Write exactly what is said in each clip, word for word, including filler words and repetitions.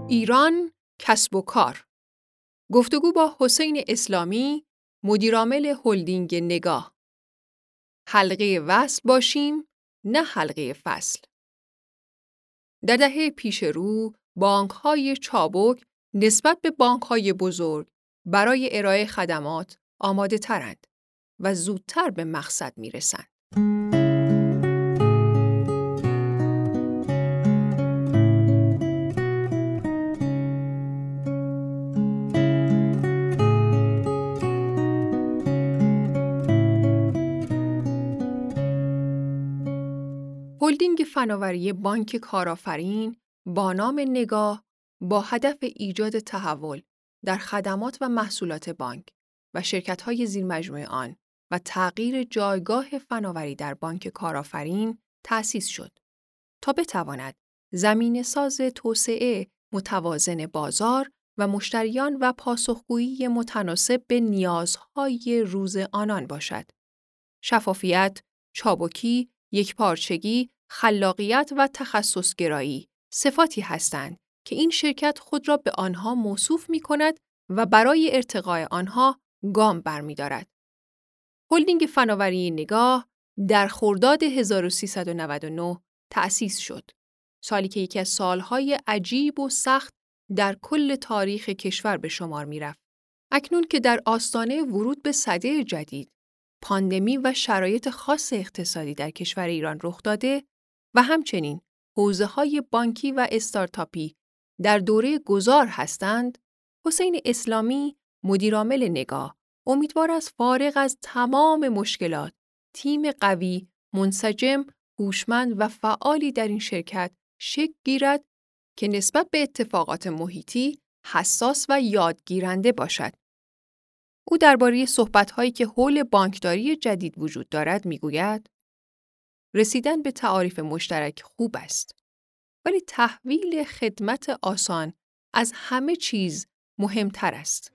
ایران کسب و کار. گفتگو با حسین اسلامی، مدیرعامل هلدینگ نگاه. حلقه وصل باشیم، نه حلقه فصل. در دهه پیش رو، بانک‌های چابک نسبت به بانک‌های بزرگ برای ارائه خدمات آماده ترند و زودتر به مقصد میرسند. هلدینگ فناوری بانک کارآفرین با نام نگاه با هدف ایجاد تحول در خدمات و محصولات بانک و شرکت‌های زیرمجموعه آن و تغییر جایگاه فناوری در بانک کارآفرین تأسیس شد تا بتواند زمینه‌ساز توسعه متوازن بازار و مشتریان و پاسخگویی متناسب به نیازهای روز آنان باشد. شفافیت، چابکی، یکپارچگی، خلاقیت و تخصصگرایی صفاتی هستند که این شرکت خود را به آنها موصوف می‌کند و برای ارتقای آنها گام برمی‌دارد. هلدینگ فناوری نگاه در خرداد هزار و سیصد و نود و نه تأسیس شد. سالی که یکی از سالهای عجیب و سخت در کل تاریخ کشور به شمار می‌رفت. اکنون که در آستانه ورود به سده جدید، پاندمی و شرایط خاص اقتصادی در کشور ایران رخ داده و همچنین حوزه‌های بانکی و استارتاپی در دوره گذار هستند، حسین اسلامی، مدیرعامل نگاه، امیدوار است فارغ از تمام مشکلات، تیم قوی، منسجم، هوشمند و فعالی در این شرکت شکل گیرد که نسبت به اتفاقات محیطی حساس و یادگیرنده باشد. او درباره صحبت‌هایی که حول بانکداری جدید وجود دارد می‌گوید: رسیدن به تعاریف مشترک خوب است، ولی تحویل خدمت آسان از همه چیز مهمتر است.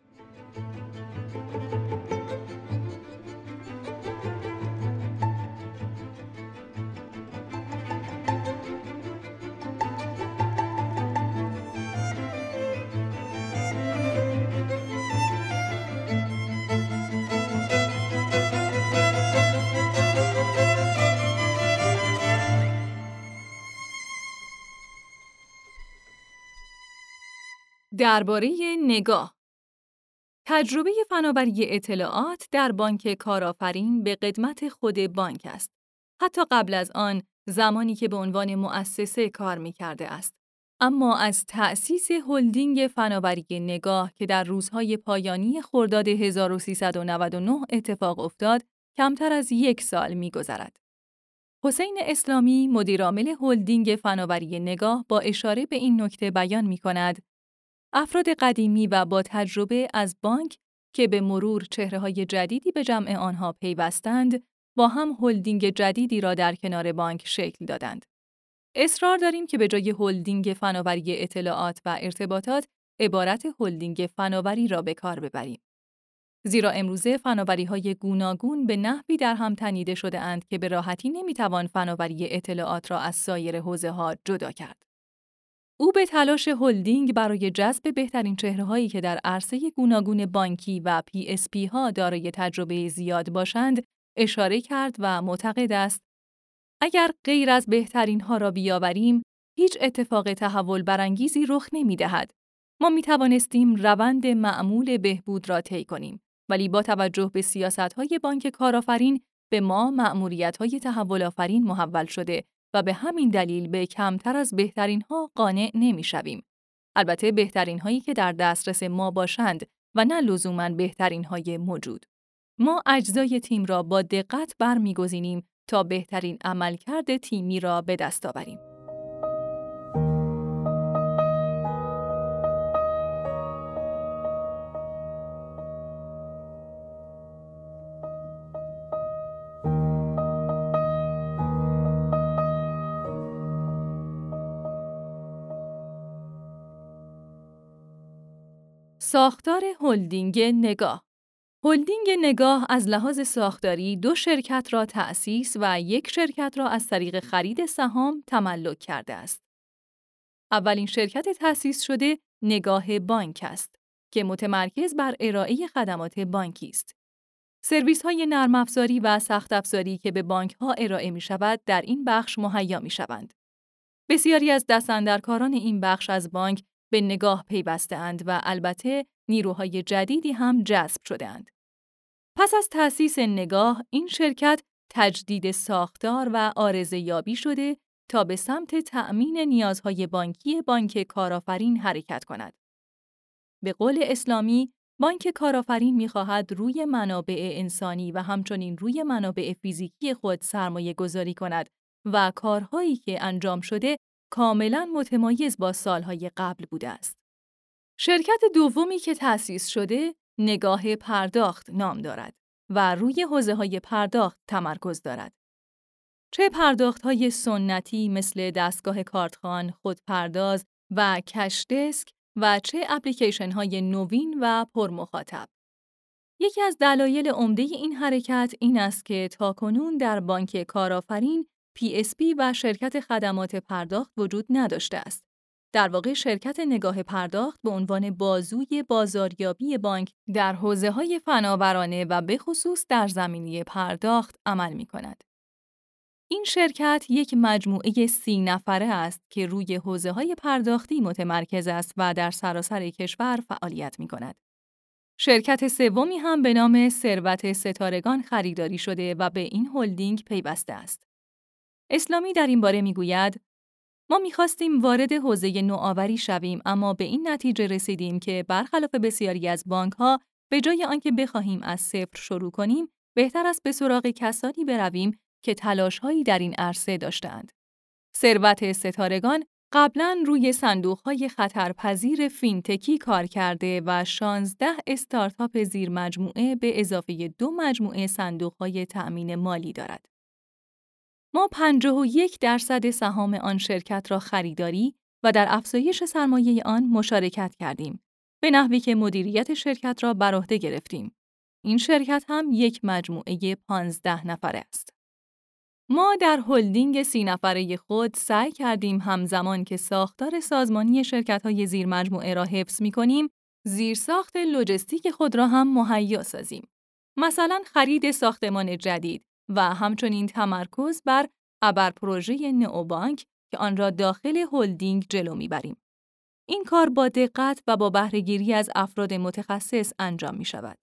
درباره نگاه. تجربه فناوری اطلاعات در بانک کارآفرین به خدمت خود بانک است. حتی قبل از آن، زمانی که به عنوان مؤسسه کار می‌کرده است. اما از تأسیس هلدینگ فناوری نگاه که در روزهای پایانی خرداد هزار و سیصد و نود و نه اتفاق افتاد، کمتر از یک سال می‌گذرد. حسین اسلامی، مدیرعامل هلدینگ فناوری نگاه، با اشاره به این نکته بیان می‌کند: افراد قدیمی و با تجربه از بانک که به مرور چهره‌های جدیدی به جمع آنها پیوستند، با هم هلدینگ جدیدی را در کنار بانک شکل دادند. اصرار داریم که به جای هلدینگ فناوری اطلاعات و ارتباطات، عبارت هلدینگ فناوری را به کار ببریم. زیرا امروزه فناوری‌های گوناگون به نحوی در هم تنیده شده اند که به راحتی نمی‌توان فناوری اطلاعات را از سایر حوزه‌ها جدا کرد. او به تلاش هلدینگ برای جذب بهترین چهره‌هایی که در عرصه گوناگون بانکی و پی اس پی ها دارای تجربه زیاد باشند، اشاره کرد و معتقد است اگر غیر از بهترین ها را بیاوریم، هیچ اتفاق تحول برانگیزی رخ نمی‌دهد. ما می‌توانستیم روند معمول بهبود را طی کنیم، ولی با توجه به سیاست‌های بانک کارآفرین به ما مأموریت‌های تحول آفرین محول شده و به همین دلیل به کمتر از بهترین ها قانع نمی‌شویم. البته بهترین هایی که در دسترس ما باشند و نه لزوماً بهترین های موجود. ما اجزای تیم را با دقت برمی‌گزینیم تا بهترین عملکرد تیمی را به دست آوریم. ساختار هلدینگ نگاه. هلدینگ نگاه از لحاظ ساختاری دو شرکت را تأسیس و یک شرکت را از طریق خرید سهام تملک کرده است. اولین شرکت تأسیس شده نگاه بانک است که متمرکز بر ارائه خدمات بانکی است. سرویس‌های نرم افزاری و سخت افزاری که به بانک‌ها ارائه می‌شود در این بخش مهیا می‌شوند. بسیاری از دستاندرکاران این بخش از بانک به نگاه پیوسته‌اند و البته نیروهای جدیدی هم جذب شده‌اند. پس از تأسیس نگاه، این شرکت تجدید ساختار و عارضه‌یابی شده تا به سمت تأمین نیازهای بانکی بانک کارآفرین حرکت کند. به قول اسلامی، بانک کارآفرین می‌خواهد روی منابع انسانی و همچنین روی منابع فیزیکی خود سرمایه گذاری کند و کارهایی که انجام شده کاملاً متمایز با سالهای قبل بوده است. شرکت دومی که تأسیس شده، نگاه پرداخت نام دارد و روی حوزه‌های پرداخت تمرکز دارد. چه پرداخت‌های سنتی مثل دستگاه کارتخوان، خودپرداز و کش دسک و چه اپلیکیشن‌های نوین و پرمخاطب. یکی از دلایل عمده این حرکت این است که تاکنون در بانک کارآفرین پی اس بی و شرکت خدمات پرداخت وجود نداشته است. در واقع شرکت نگاه پرداخت به عنوان بازوی بازاریابی بانک در حوزه‌های فناورانه و به خصوص در زمینه پرداخت عمل می‌کند. این شرکت یک مجموعه سی نفره است که روی حوزه‌های پرداختی متمرکز است و در سراسر کشور فعالیت می‌کند. شرکت سومی هم به نام ثروت ستارگان خریداری شده و به این هلدینگ پیوسته است. اسلامی در این باره می‌گوید: ما می‌خواستیم وارد حوزه نوآوری شویم، اما به این نتیجه رسیدیم که برخلاف بسیاری از بانک‌ها به جای آنکه بخواهیم از صفر شروع کنیم، بهتر است به سراغ کسانی برویم که تلاش‌هایی در این عرصه داشتند. ثروت ستارگان قبلاً روی صندوق‌های خطرپذیر فینتکی کار کرده و شانزده استارتاپ زیر مجموعه به اضافه دو مجموعه صندوق‌های تأمین مالی دارد. ما پنجاه و یک درصد سهام آن شرکت را خریداری و در افزایش سرمایه آن مشارکت کردیم، به نحوی که مدیریت شرکت را بر عهده گرفتیم. این شرکت هم یک مجموعه پانزده نفره است. ما در هلدینگ سی نفره خود سعی کردیم همزمان که ساختار سازمانی شرکت‌های زیر مجموعه را حفظ می‌کنیم، زیرساخت لوجستیک خود را هم مهیا سازیم. مثلا خرید ساختمان جدید و همچنین تمرکز بر ابر پروژه نئوبانک که آن را داخل هلدینگ جلو می‌بریم. این کار با دقت و با بهره‌گیری از افراد متخصص انجام می‌شود.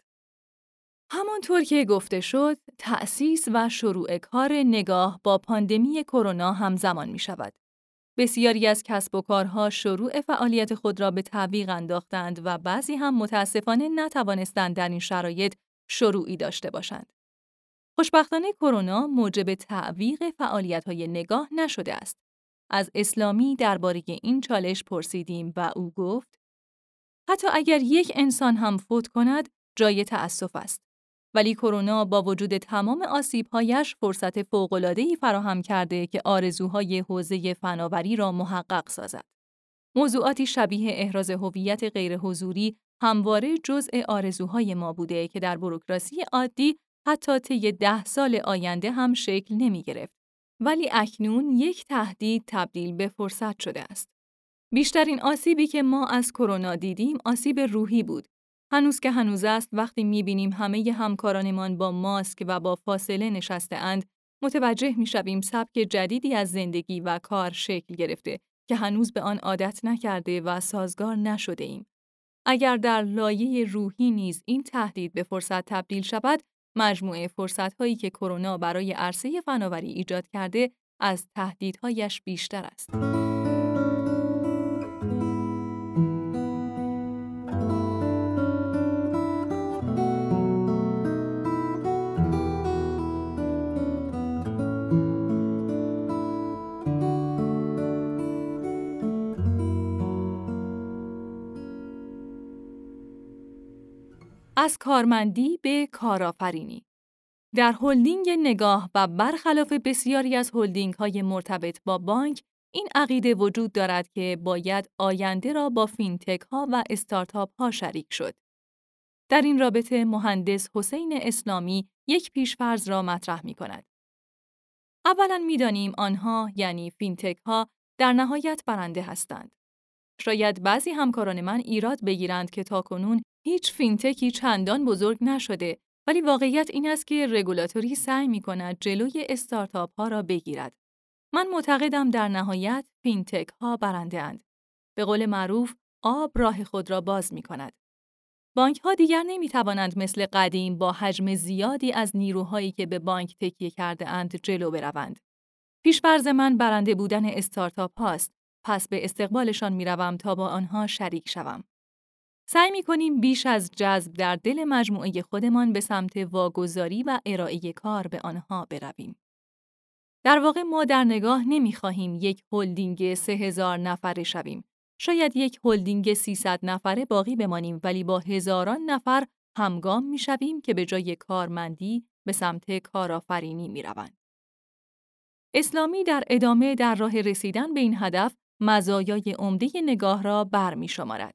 همانطور که گفته شد، تأسیس و شروع کار نگاه با پاندمی کرونا همزمان می شود. بسیاری از کسب و کارها شروع فعالیت خود را به تعویق انداختند و بعضی هم متاسفانه نتوانستند در این شرایط شروعی داشته باشند. خوشبختانه کرونا موجب تعویق فعالیت‌های نگاه نشده است. از اسلامی درباره این چالش پرسیدیم و او گفت: حتی اگر یک انسان هم فوت کند، جای تأسف است. ولی کرونا با وجود تمام آسیب‌هایش فرصت فوق‌العاده‌ای فراهم کرده که آرزوهای حوزه فناوری را محقق سازد. موضوعاتی شبیه احراز هویت غیرحضوری همواره جزء آرزوهای ما بوده که در بوروکراسی عادی حتی طی ده سال آینده هم شکل نمی‌گرفت. ولی اکنون یک تهدید تبدیل به فرصت شده است. بیشترین آسیبی که ما از کرونا دیدیم آسیب روحی بود. هنوز که هنوز است وقتی می‌بینیم همه همکارانمان با ماسک و با فاصله نشسته‌اند، متوجه می‌شویم سبک جدیدی از زندگی و کار شکل گرفته که هنوز به آن عادت نکرده و سازگار نشده ایم. اگر در لایه روحی نیز این تهدید به فرصت تبدیل شود، مجموعه فرصت‌هایی که کرونا برای عرصه فناوری ایجاد کرده، از تهدیدهایش بیشتر است. از کارمندی به کارآفرینی. در هلدینگ نگاه و برخلاف بسیاری از هلدینگ‌های مرتبط با بانک، این عقیده وجود دارد که باید آینده را با فینتک‌ها و استارتاپ‌ها شریک شد. در این رابطه مهندس حسین اسلامی یک پیش‌فرض را مطرح می‌کند. اولاً می‌دانیم آنها یعنی فینتک‌ها در نهایت برنده هستند. شاید بعضی همکاران من ایراد بگیرند که تاکنون هیچ فینتکی چندان بزرگ نشده، ولی واقعیت این است که رگولاتوری سعی می‌کند جلوی استارتاپ‌ها را بگیرد. من معتقدم در نهایت فینتک‌ها برنده‌اند. به قول معروف آب راه خود را باز می‌کند. بانک‌ها دیگر نمی‌توانند مثل قدیم با حجم زیادی از نیروهایی که به بانک تکیه کرده‌اند جلو بروند. پیش‌فرض من برنده بودن استارتاپ هاست، پس به استقبالشان می‌روم تا با آنها شریک شوم. سعی می‌کنیم بیش از جذب در دل مجموعه خودمان به سمت واگذاری و ارائه کار به آنها برویم. در واقع ما در نگاه نمی‌خواهیم یک هلدینگ سه هزار نفره شویم. شاید یک هلدینگ سیصد نفره باقی بمانیم ولی با هزاران نفر همگام می‌شویم که به جای کارمندی به سمت کارآفرینی می‌روند. اسلامی در ادامه در راه رسیدن به این هدف مزایای عمده نگاه را برمی‌شمارد.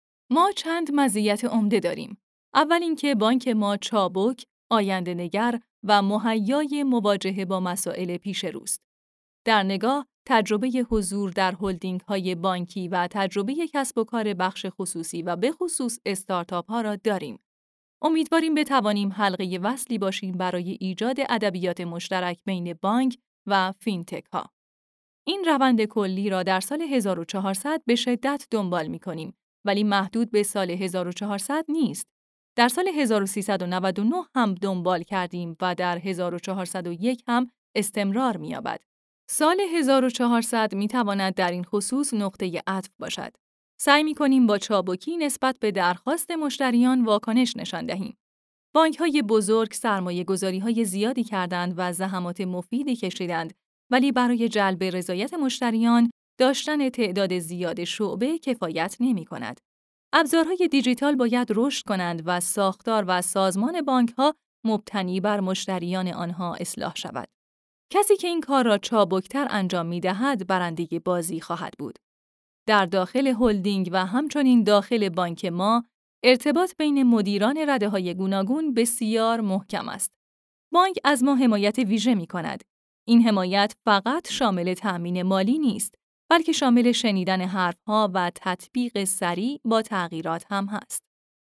ما چند مزیت عمده داریم. اول اینکه بانک ما چابک، آینده‌نگر و مهیای مواجهه با مسائل پیش روست. در نگاه، تجربه حضور در هلدینگ‌های بانکی و تجربه کسب و کار بخش خصوصی و به خصوص استارتاپ‌ها را داریم. امیدواریم بتوانیم حلقه وصلی باشیم برای ایجاد ادبیات مشترک بین بانک و فینتک‌ها. این روند کلی را در سال هزار و چهارصد به شدت دنبال می‌کنیم، ولی محدود به سال هزار و چهارصد نیست. در سال هزار و سیصد و نود و نه هم دنبال کردیم و در هزار و چهارصد و یک هم استمرار می‌یابد. سال هزار و چهارصد می‌تواند در این خصوص نقطه عطف باشد. سعی می‌کنیم با چابکی نسبت به درخواست مشتریان واکنش نشان دهیم. بانک‌های بزرگ سرمایه‌گذاری‌های زیادی کردند و زحمات مفیدی کشیدند، ولی برای جلب رضایت مشتریان داشتن تعداد زیاد شعبه کفایت نمی‌کند. ابزارهای دیجیتال باید رشد کنند و ساختار و سازمان بانک‌ها مبتنی بر مشتریان آنها اصلاح شود. کسی که این کار را چابکتر انجام می‌دهد برنده بازی خواهد بود. در داخل هلدینگ و همچنین داخل بانک ما ارتباط بین مدیران رده‌های گوناگون بسیار محکم است. بانک از ما حمایت ویژه می‌کند. این حمایت فقط شامل تأمین مالی نیست، بلکه شامل شنیدن حرف‌ها و تطبیق سریع با تغییرات هم هست.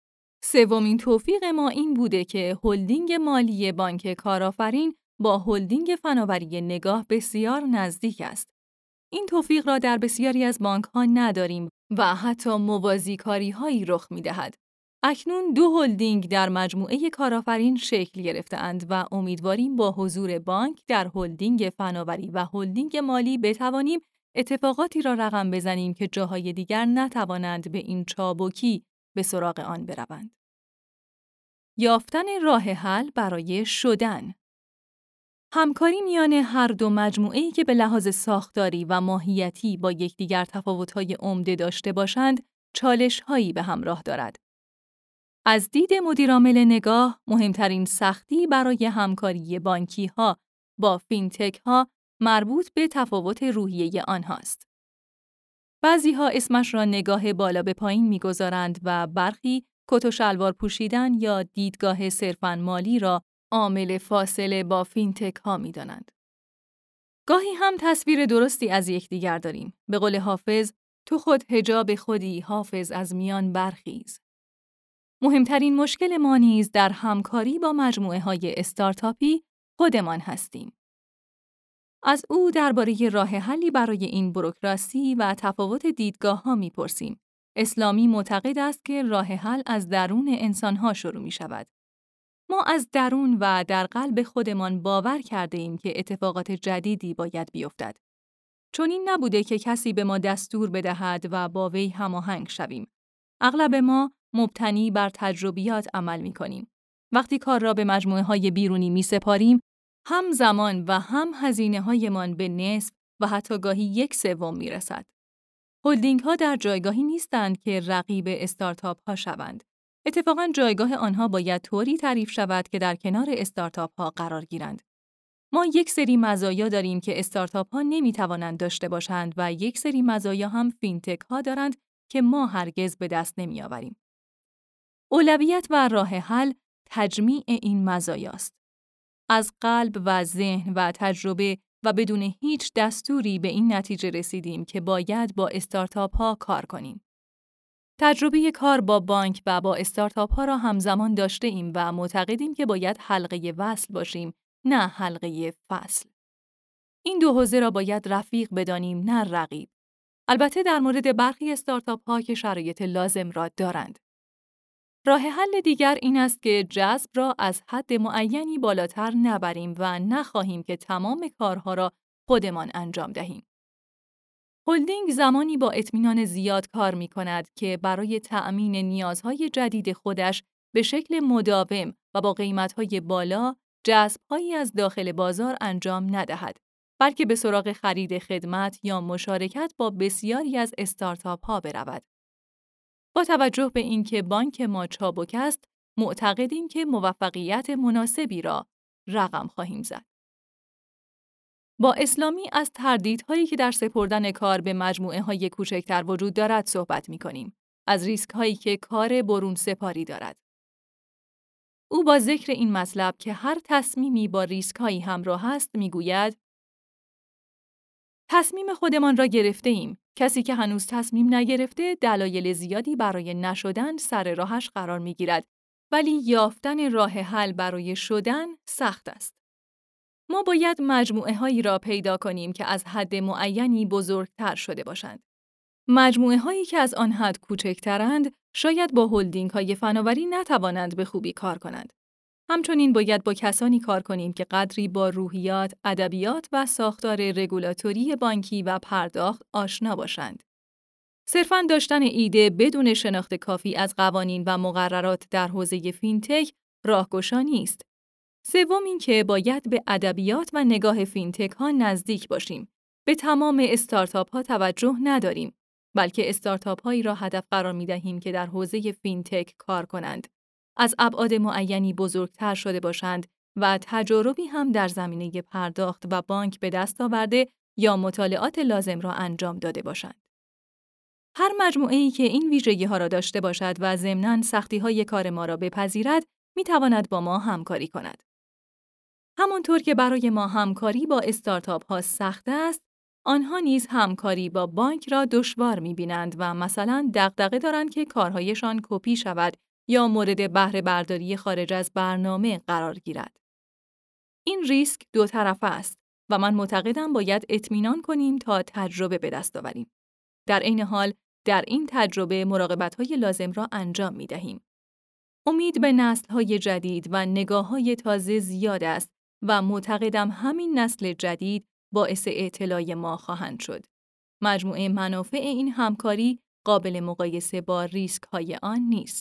سومین توفیق ما این بوده که هلدینگ مالی بانک کارآفرین با هلدینگ فناوری نگاه بسیار نزدیک است. این توفیق را در بسیاری از بانک‌ها نداریم و حتی موازی‌کاری‌هایی رخ می‌دهد. اکنون دو هلدینگ در مجموعه کارآفرین شکل گرفته‌اند و امیدواریم با حضور بانک در هلدینگ فناوری و هلدینگ مالی بتوانیم اتفاقاتی را رقم بزنیم که جاهای دیگر نتوانند به این چابکی به سراغ آن بروند. یافتن راه حل برای شدن. همکاری میان هر دو مجموعه‌ای که به لحاظ ساختاری و ماهیتی با یکدیگر تفاوت‌های عمده داشته باشند، چالش‌هایی به همراه دارد. از دید مدیرعامل نگاه، مهمترین سختی برای همکاری بانکی‌ها با فینتک‌ها مربوط به تفاوت روحیه آنهاست. بعضی‌ها اسمش را نگاه بالا به پایین می‌گذارند و برخی کت و شلوار پوشیدن یا دیدگاه صرفاً مالی را عامل فاصله با فینتک‌ها می‌دانند. گاهی هم تصویر درستی از یکدیگر داریم. به قول حافظ، تو خود حجاب خودی حافظ از میان برخیز. مهمترین مشکل ما نیز در همکاری با مجموعه‌های استارتاپی خودمان هستیم. از او درباره راه حلی برای این بوروکراسی و تفاوت دیدگاه‌ها می‌پرسیم. اسلامی معتقد است که راه حل از درون انسان‌ها شروع می‌شود. ما از درون و در قلب خودمان باور کرده ایم که اتفاقات جدیدی باید بیفتد. چون این نبوده که کسی به ما دستور بدهد و با وی هماهنگ شویم. اغلب ما مبتنی بر تجربیات عمل می‌کنیم. وقتی کار را به مجموعه‌های بیرونی می‌سپاریم، هم زمان و هم هزینه‌هایمان به نصف و حتی گاهی یک سوم می‌رسد. هلدینگ‌ها در جایگاهی نیستند که رقیب استارتاپ‌ها شوند. اتفاقاً جایگاه آنها باید طوری تعریف شود که در کنار استارتاپ‌ها قرار گیرند. ما یک سری مزایا داریم که استارتاپ‌ها نمی‌توانند داشته باشند و یک سری مزایا هم فینتک‌ها دارند که ما هرگز به دست نمی‌آوریم. اولویت و راه حل تجمیع این مزایاست. از قلب و ذهن و تجربه و بدون هیچ دستوری به این نتیجه رسیدیم که باید با استارتاپ ها کار کنیم. تجربه کار با بانک و با استارتاپ ها را همزمان داشته ایم و معتقدیم که باید حلقه وصل باشیم، نه حلقه فصل. این دو حوزه را باید رفیق بدانیم، نه رقیب. البته در مورد برخی استارتاپ ها که شرایط لازم را دارند. راه حل دیگر این است که جذب را از حد معینی بالاتر نبریم و نخواهیم که تمام کارها را خودمان انجام دهیم. هلدینگ زمانی با اطمینان زیاد کار می کند که برای تأمین نیازهای جدید خودش به شکل مداوم و با قیمتهای بالا جذب‌هایی از داخل بازار انجام ندهد، بلکه به سراغ خرید خدمت یا مشارکت با بسیاری از استارتاپ‌ها برود. با توجه به اینکه بانک ما چابک است، معتقدیم که موفقیت مناسبی را رقم خواهیم زد. با اسلامی از تردیدهایی که در سپردن کار به مجموعه‌های کوچکتر وجود دارد صحبت می‌کنیم، از ریسک‌هایی که کار برون سپاری دارد. او با ذکر این مطلب که هر تصمیمی با ریسک‌هایی همراه است می‌گوید: تصمیم خودمان را گرفته‌ایم. کسی که هنوز تصمیم نگرفته دلایل زیادی برای نشدن سر راهش قرار می‌گیرد، ولی یافتن راه حل برای شدن سخت است. ما باید مجموعه‌هایی را پیدا کنیم که از حد معینی بزرگتر شده باشند. مجموعه‌هایی که از آن حد کوچکترند شاید با هلدینگ‌های فناوری نتوانند به خوبی کار کنند. همچنین باید با کسانی کار کنیم که قدری با روحیات، ادبیات و ساختار رگولاتوری بانکی و پرداخت آشنا باشند. صرفاً داشتن ایده بدون شناخت کافی از قوانین و مقررات در حوزه فینتک راهگشا نیست. سوم اینکه باید به ادبیات و نگاه فینتک ها نزدیک باشیم. به تمام استارتاپ ها توجه نداریم، بلکه استارتاپ هایی را هدف قرار می دهیم که در حوزه فینتک کار کنند، از ابعاد معینی بزرگتر شده باشند و تجاربی هم در زمینه پرداخت و بانک به دست آورده یا مطالعات لازم را انجام داده باشند. هر مجموعه‌ای که این ویژگی ها را داشته باشد و ضمناً سختی های کار ما را بپذیرد، می تواند با ما همکاری کند. همانطور که برای ما همکاری با استارتاپ ها سخت است، آنها نیز همکاری با بانک را دشوار می‌بینند و مثلا دغدغه دارند که کارهایشان کپی شود یا مورد بهره برداری خارج از برنامه قرار گیرد. این ریسک دو طرفه است و من معتقدم باید اطمینان کنیم تا تجربه به دست آوریم. در عین حال در این تجربه مراقبت‌های لازم را انجام می‌دهیم. امید به نسل‌های جدید و نگاه‌های تازه زیاد است و معتقدم همین نسل جدید باعث اطلاع ما خواهند شد. مجموعه منافع این همکاری قابل مقایسه با ریسک‌های آن نیست.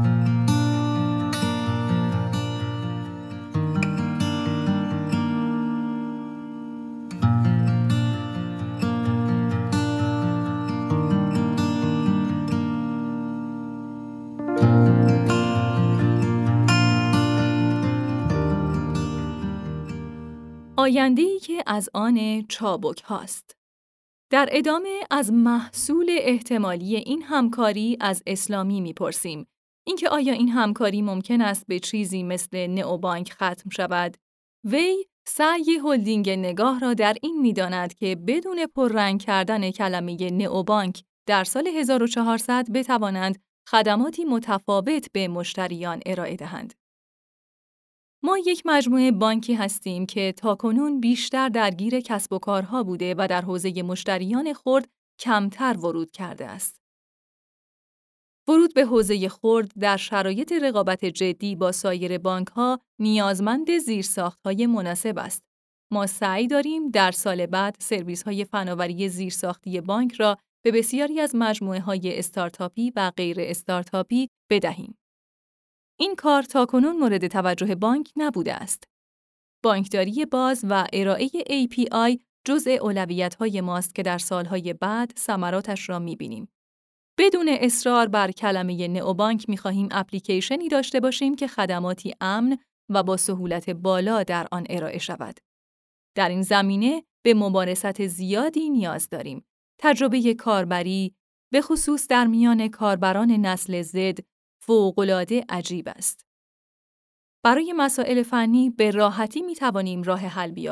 آینده‌ای که از آن چابک هاست. در ادامه از محصول احتمالی این همکاری از اسلامی می‌پرسیم. اینکه آیا این همکاری ممکن است به چیزی مثل نئوبانک ختم شود؟ وی سعی هلدینگ نگاه را در این می‌داند که بدون پررنگ کردن کلمه نئوبانک در سال هزار و چهارصد بتوانند خدماتی متفاوت به مشتریان ارائه دهند. ما یک مجموعه بانکی هستیم که تاکنون بیشتر درگیر کسب و کارها بوده و در حوزه مشتریان خرد کمتر ورود کرده است. ورود به حوزه خرد در شرایط رقابت جدی با سایر بانک‌ها نیازمند زیرساخت‌های مناسب است. ما سعی داریم در سال بعد سرویس‌های فناوری زیرساختی بانک را به بسیاری از مجموعه‌های استارتاپی و غیر استارتاپی بدهیم. این کار تاکنون مورد توجه بانک نبوده است. بانکداری باز و ارائه ای پی آی جزء اولویت‌های ماست که در سالهای بعد ثمراتش را می‌بینیم. بدون اصرار بر کلمه نئوبانک می‌خواهیم اپلیکیشنی داشته باشیم که خدماتی امن و با سهولت بالا در آن ارائه شود. در این زمینه به ممارست زیادی نیاز داریم. تجربه کاربری، به خصوص در میان کاربران نسل زد، فوق‌العاده عجیب است. برای مسائل فنی به راحتی می توانیم راه حل بیاوریم،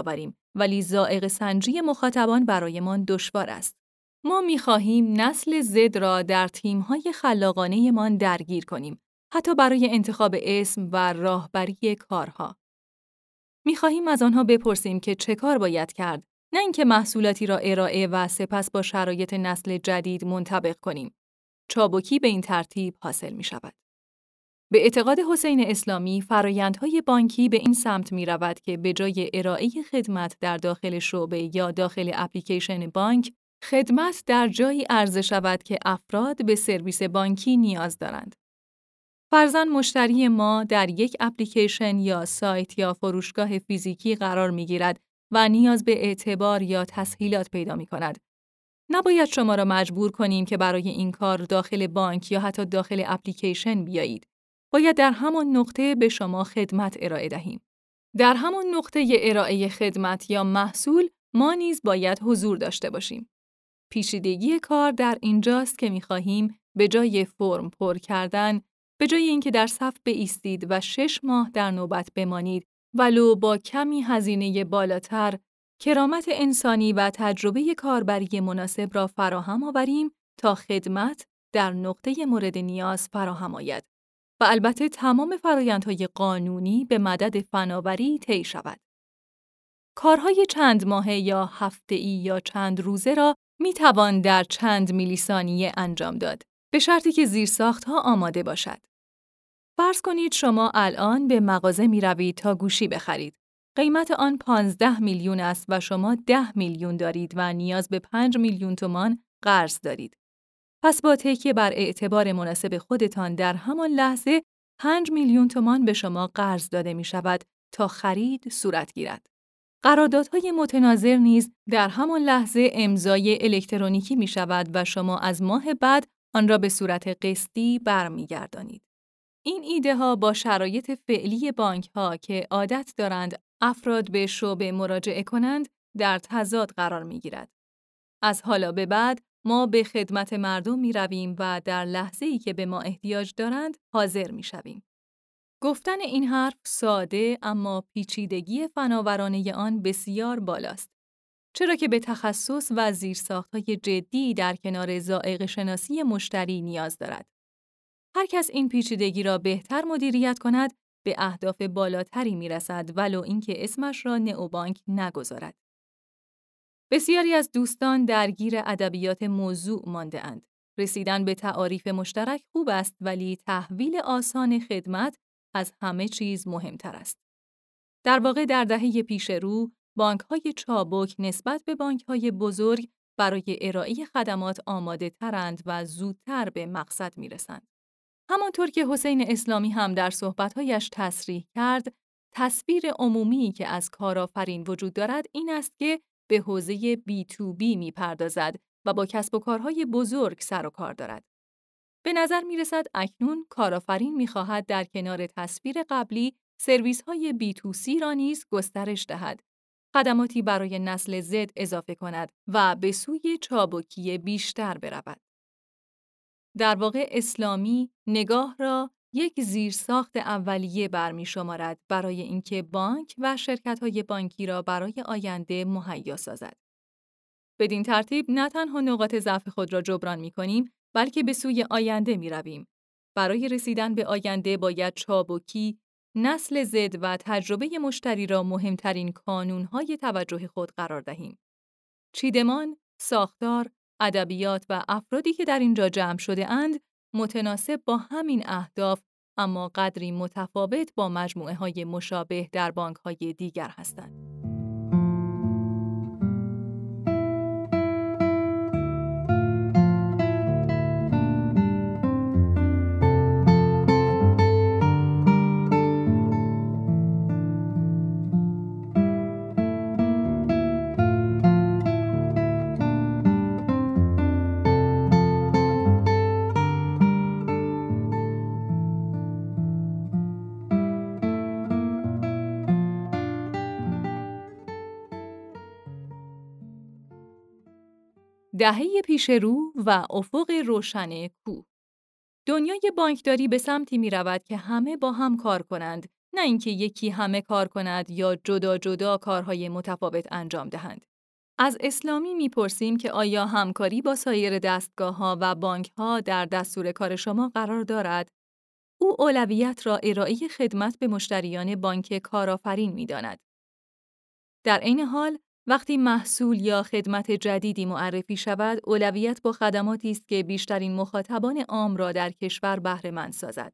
ولی ذائقه سنجی مخاطبان برایمان دشوار است. ما می‌خواهیم نسل زد را در تیم‌های خلاقانه‌مان درگیر کنیم، حتی برای انتخاب اسم و راهبری کارها. می‌خواهیم از آنها بپرسیم که چه کار باید کرد، نه اینکه محصولاتی را ارائه و سپس با شرایط نسل جدید منطبق کنیم. چابکی به این ترتیب حاصل می‌شود. به اعتقاد حسین اسلامی، فرآیندهای بانکی به این سمت می‌رود که به جای ارائه خدمت در داخل شعبه یا داخل اپلیکیشن بانک، خدمت در جایی عرضه شود که افراد به سرویس بانکی نیاز دارند. فرضاً مشتری ما در یک اپلیکیشن یا سایت یا فروشگاه فیزیکی قرار می‌گیرد و نیاز به اعتبار یا تسهیلات پیدا می‌کند. نباید شما را مجبور کنیم که برای این کار داخل بانک یا حتی داخل اپلیکیشن بیایید. باید در همان نقطه به شما خدمت ارائه دهیم. در همان نقطه ارائه خدمت یا محصول ما نیز باید حضور داشته باشیم. پیچیدگی کار در اینجاست که می‌خواهیم به جای فرم پر کردن، به جای اینکه در صف بایستید و شش ماه در نوبت بمانید، ولو با کمی هزینه بالاتر، کرامت انسانی و تجربه کاربری مناسب را فراهم آوریم تا خدمت در نقطه مورد نیاز فراهم آید و البته تمام فرآیندهای قانونی به مدد فناوری طی شود. کارهای چند ماهه یا هفته‌ای یا چند روزه را می توان در چند میلی ثانیه انجام داد، به شرطی که زیرساخت‌ها آماده باشد. فرض کنید شما الان به مغازه می روید تا گوشی بخرید. قیمت آن پانزده میلیون است و شما ده میلیون دارید و نیاز به پنج میلیون تومان قرض دارید. پس با تکیه بر اعتبار مناسب خودتان در همان لحظه پنج میلیون تومان به شما قرض داده می شود تا خرید صورت گیرد. قراردادهای متناظر نیز در همان لحظه امضای الکترونیکی می شود و شما از ماه بعد آن را به صورت قسطی برمیگردانید. این ایده ها با شرایط فعلی بانک ها که عادت دارند افراد به شعبه مراجعه کنند در تضاد قرار می گیرد. از حالا به بعد ما به خدمت مردم می رویم و در لحظه‌ای که به ما احتیاج دارند حاضر می شویم. گفتن این حرف ساده اما پیچیدگی فناورانه آن بسیار بالاست. چرا که به تخصص و زیرساخت‌های جدی در کنار ذائقه شناسی مشتری نیاز دارد. هر کس این پیچیدگی را بهتر مدیریت کند به اهداف بالاتری میرسد ولو اینکه اسمش را نئوبانک نگذارد. بسیاری از دوستان درگیر ادبیات موضوع مانده اند. رسیدن به تعاریف مشترک خوب است ولی تحویل آسان خدمت از همه چیز مهمتر است. در واقع در دهه پیش رو بانک‌های چابک نسبت به بانک‌های بزرگ برای ارائه خدمات آماده ترند و زودتر به مقصد میرسند. همانطور که حسین اسلامی هم در صحبت‌هایش تصریح کرد، تصویر عمومی که از کارآفرین وجود دارد این است که به حوزه بی تو بی می‌پردازد و با کسب و کارهای بزرگ سر و کار دارد. به نظر می‌رسد اکنون کارآفرین می‌خواهد در کنار تصویر قبلی سرویس‌های بی تو سی را نیز گسترش دهد، خدماتی برای نسل زد اضافه کند و به سوی چابکی بیشتر برود. در واقع اسلامی نگاه را یک زیرساخت اولیه برمی‌شمارد برای اینکه بانک و شرکت‌های بانکی را برای آینده مهیا سازد. بدین ترتیب نه تنها نقاط ضعف خود را جبران می‌کنیم، بلکه به سوی آینده می‌رویم. برای رسیدن به آینده باید چابکی، نسل زد و تجربه مشتری را مهمترین کانون‌های توجه خود قرار دهیم. چیدمان، ساختار، ادبیات و افرادی که در اینجا جمع شده اند متناسب با همین اهداف اما قدری متفاوت با مجموعه‌های مشابه در بانک‌های دیگر هستند. دهه پیش رو و افق روشن کوه. دنیای بانکداری به سمتی می رود که همه با هم کار کنند نه اینکه یکی همه کار کند یا جدا جدا کارهای متفاوت انجام دهند. از اسلامی میپرسیم که آیا همکاری با سایر دستگاه‌ها و بانک‌ها در دستور کار شما قرار دارد؟ او اولویت را ارائه خدمت به مشتریان بانک کارآفرین می‌داند. در عین حال، وقتی محصول یا خدمت جدیدی معرفی شود، اولویت با خدماتی است که بیشترین مخاطبان عام را در کشور بهره‌مند سازد.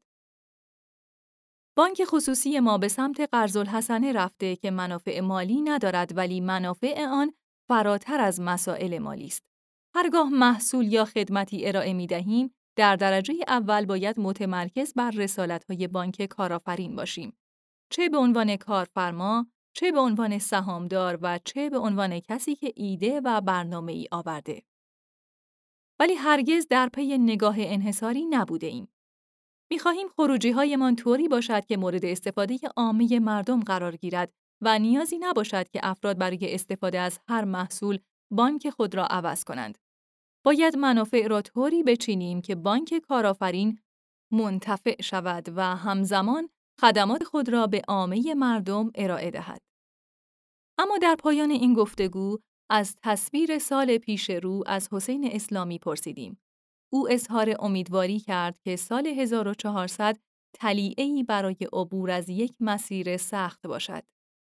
بانک خصوصی ما به سمت قرض‌الحسنه رفته که منافع مالی ندارد ولی منافع آن فراتر از مسائل مالی است. هرگاه محصول یا خدمتی ارائه می‌دهیم، در درجه اول باید متمرکز بر رسالت‌های بانک کارآفرین باشیم. چه به عنوان کارفرما، چه به عنوان سهامدار و چه به عنوان کسی که ایده و برنامه‌ای آورده. ولی هرگز در پی نگاه انحصاری نبوده ایم. می‌خواهیم خروجی‌هایمان طوری باشد که مورد استفاده عامه مردم قرار گیرد و نیازی نباشد که افراد برای استفاده از هر محصول بانک خود را عوض کنند. باید منافع را طوری بچینیم که بانک کارآفرین منتفع شود و همزمان خدمات خود را به عامه مردم ارائه دهد. اما در پایان این گفتگو از تصویر سال پیش رو از حسین اسلامی پرسیدیم. او اظهار امیدواری کرد که سال هزار و چهارصد طلیعه‌ای برای عبور از یک مسیر سخت باشد.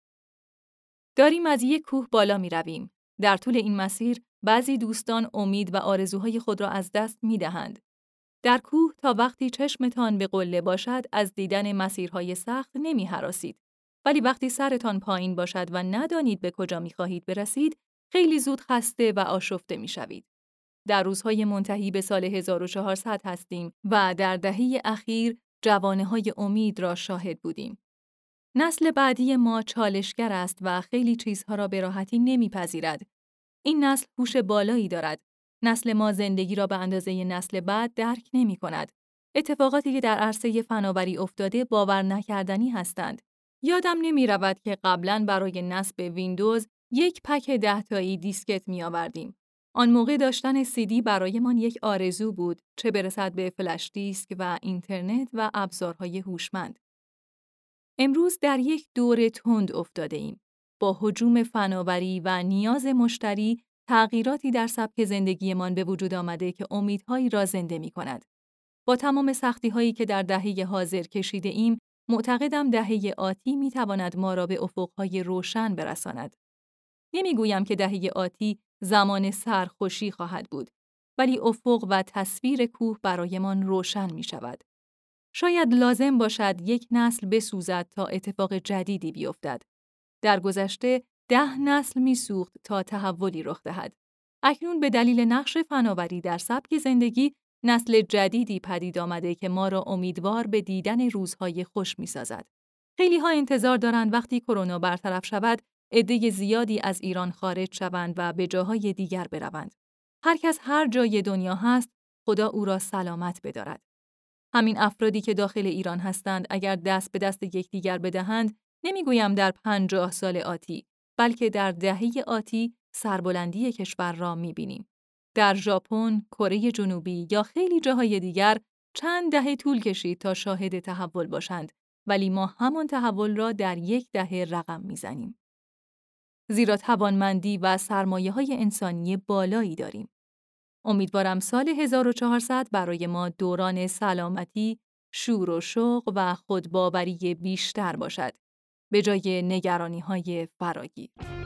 داریم از یک کوه بالا می رویم. در طول این مسیر بعضی دوستان امید و آرزوهای خود را از دست می دهند. در کوه تا وقتی چشمتان به قله باشد از دیدن مسیرهای سخت نمی هراسید. ولی وقتی سرتان پایین باشد و ندانید به کجا می خواهید برسید، خیلی زود خسته و آشفته می شوید. در روزهای منتهی به سال هزار و چهارصد هستیم و در دهه اخیر جوانه‌های امید را شاهد بودیم. نسل بعدی ما چالشگر است و خیلی چیزها را به راحتی نمیپذیرد. این نسل هوش بالایی دارد. نسل ما زندگی را به اندازه نسل بعد درک نمی کند. اتفاقاتی که در عرصه فناوری افتاده باور نکردنی هستند. یادم نمی رود که قبلاً برای نصب ویندوز یک پک ده تایی دیسکت می آوردیم. آن موقع داشتن سی دی برایمان یک آرزو بود، چه برسد به فلش دیسک و اینترنت و ابزارهای هوشمند. امروز در یک دور تند افتاده ایم. با هجوم فناوری و نیاز مشتری، تغییراتی در سبک زندگیمان به وجود آمده که امیدهایی را زنده می کند. با تمام سختی‌هایی که در دهه حاضر کشیده ایم، معتقدم دهه آتی می تواند ما را به افقهای روشن برساند. نمی گویم که دهه آتی زمان سرخوشی خواهد بود، ولی افق و تصویر کوه برایمان روشن می شود. شاید لازم باشد یک نسل بسوزد تا اتفاق جدیدی بیفتد. در گذشته ده نسل می سوخت تا تحولی رخ دهد. اکنون به دلیل نقش فناوری در سبک زندگی نسل جدیدی پدید آمده که ما را امیدوار به دیدن روزهای خوش می سازد. خیلی ها انتظار دارند وقتی کرونا برطرف شود، عده زیادی از ایران خارج شوند و به جاهای دیگر بروند. هر کس هر جای دنیا هست، خدا او را سلامت بدارد. همین افرادی که داخل ایران هستند اگر دست به دست یکدیگر بدهند، نمیگویم در پنجاه سال آتی، بلکه در دهه آتی سربلندی کشور را میبینیم. در ژاپن، کره جنوبی یا خیلی جاهای دیگر چند دهه طول کشید تا شاهد تحول باشند، ولی ما همان تحول را در یک دهه رقم میزنیم. زیرا توانمندی و سرمایه‌های انسانی بالایی داریم. امیدوارم سال هزار و چهارصد برای ما دوران سلامتی، شور و شوق و خودباوری بیشتر باشد، به جای نگرانی‌های فراگیر.